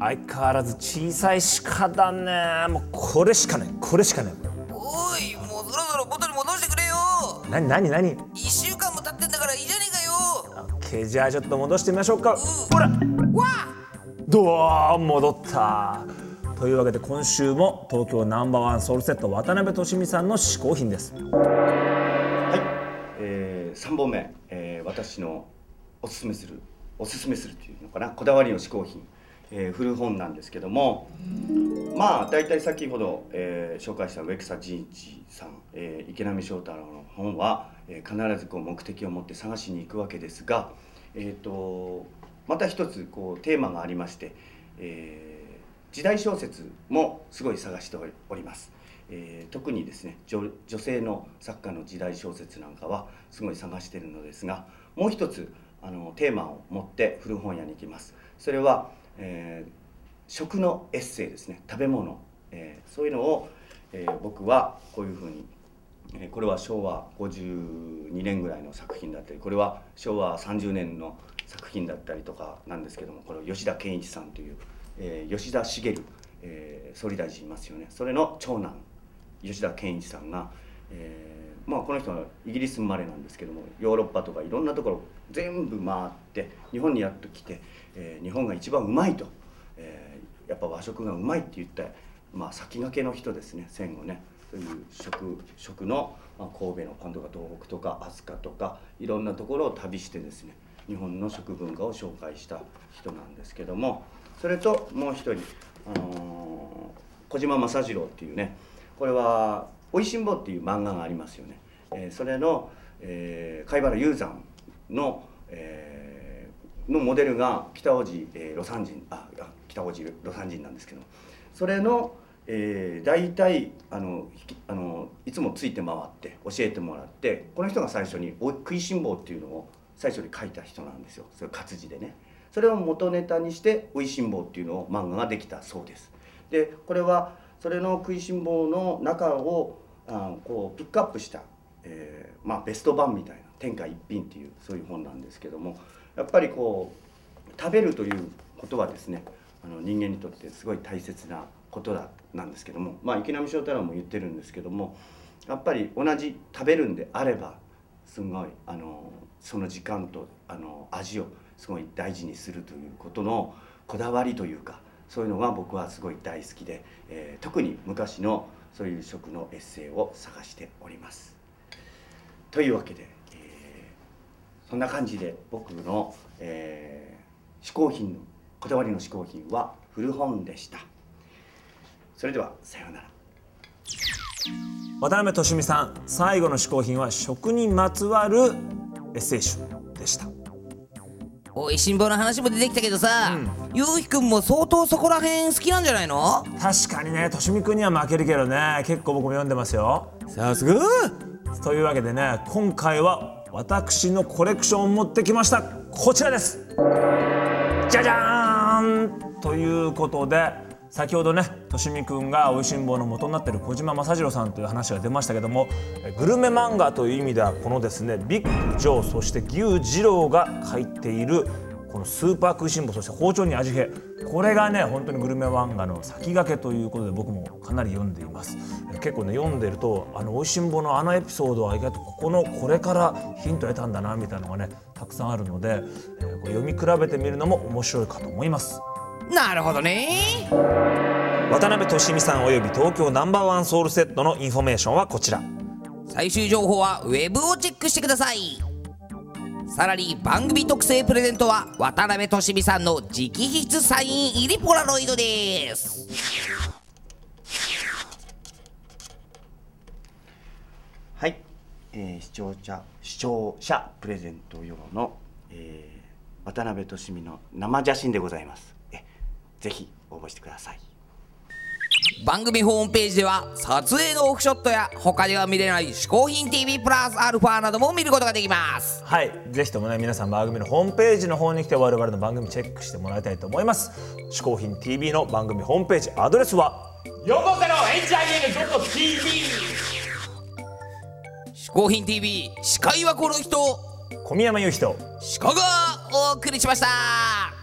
相変わらず小さい鹿だね。もうこれしかない、これしかない。 おい、もうそろそろ元に戻してくれよ。 何 1週間も経ってんだからいいじゃねえかよ。 オッケー、じゃあちょっと戻してみましょうか。ほら、 わドア戻った。というわけで今週も東京ナンバーワンソウルセット渡辺俊美さんの嗜好品です。 はい、3本目、私のおすすめするというのかな、こだわりの嗜好品、古本なんですけども、まあ大体先ほど、紹介した植草仁一さん、池波正太郎の本は、必ずこう目的を持って探しに行くわけですが、また一つこうテーマがありまして、時代小説もすごい探しております。特にですね、女性の作家の時代小説なんかはすごい探しているのですが、もう一つテーマを持って古本屋に行きます。それは、食のエッセイですね。食べ物、そういうのを、僕はこういうふうに、これは昭和52年ぐらいの作品だったり、これは昭和30年の作品だったりとかなんですけども、これは吉田健一さんという、吉田茂、総理大臣いますよね。それの長男吉田健一さんが、まあ、この人はイギリス生まれなんですけども、ヨーロッパとかいろんなところ全部回って日本にやっと来て、日本が一番うまいと、やっぱ和食がうまいって言った、まあ、先駆けの人ですね。戦後ね、そういう食の、まあ、神戸の今度は東北とか飛鳥とかいろんなところを旅してですね、日本の食文化を紹介した人なんですけども、それともう一人、小島正次郎っていうね、これは「おいしんぼ」っていう漫画がありますよね。それの、貝原雄山の、モデルが北大路魯山人なんですけど、それの、大体いつもついて回って教えてもらって、この人が最初に「食いしん坊」っていうのを最初に書いた人なんですよ。それ活字でね。それを元ネタにして「おいしん坊」っていうのを漫画ができたそうです。でこれはそれの「食いしん坊」の中をこうピックアップした、まあ、ベスト版みたいな天下一品っていうそういう本なんですけども、やっぱりこう食べるということはですね、人間にとってすごい大切なことなんですけども、まあ、池波正太郎も言ってるんですけども、やっぱり同じ食べるんであればすごいその時間と味をすごい大事にするということのこだわりというか、そういうのが僕はすごい大好きで、特に昔のそういう食のエッセイを探しております。というわけで、そんな感じで僕の、嗜好品のこだわりの嗜好品は古本でした。それではさようなら。 渡辺俊美さん、最後の嗜好品は食にまつわるエッセイ集でした。 おいしんぼの話も出てきたけどさ、ゆうひくんも相当そこらへん好きなんじゃないの？ 確かにね、俊美くんには負けるけどね、結構僕も読んでますよ。 さすが。 というわけでね、今回は私のコレクションを持ってきました。こちらです。じゃじゃーんということで、先ほどね、俊美くんがおいしん坊の元になっている小島正次郎さんという話が出ましたけども、グルメ漫画という意味ではこのですね、ビッグジョー、そして牛二郎が書いているこのスーパー食いしん坊、そして包丁に味変、これがね本当にグルメ漫画の先駆けということで、僕もかなり読んでいます。結構ね、読んでるとおいしん坊のエピソードは意外とこれからヒント得たんだなみたいなのがねたくさんあるので、読み比べてみるのも面白いかと思います。 なるほどね。 渡辺俊美さんおよび東京ナンバーワンソウルセットのインフォメーションはこちら。 最終情報はウェブをチェックしてください。さらに番組特製プレゼントは渡辺俊美さんの直筆サイン入りポラロイドです。 はい、視聴者プレゼント用の、渡辺俊美の生写真でございます。ぜひ応募してください。 番組ホームページでは撮影のオフショットや他では見れない嗜好品 TV プラスアルファなども見ることができます。 はい、ぜひともね、皆さん番組のホームページの方に来て我々の番組チェックしてもらいたいと思います。嗜好品 TV の番組ホームページアドレスは 450HIN.TV。 嗜好品 TV 司会はこの人、 小宮山雄人。 鹿がお送りしました。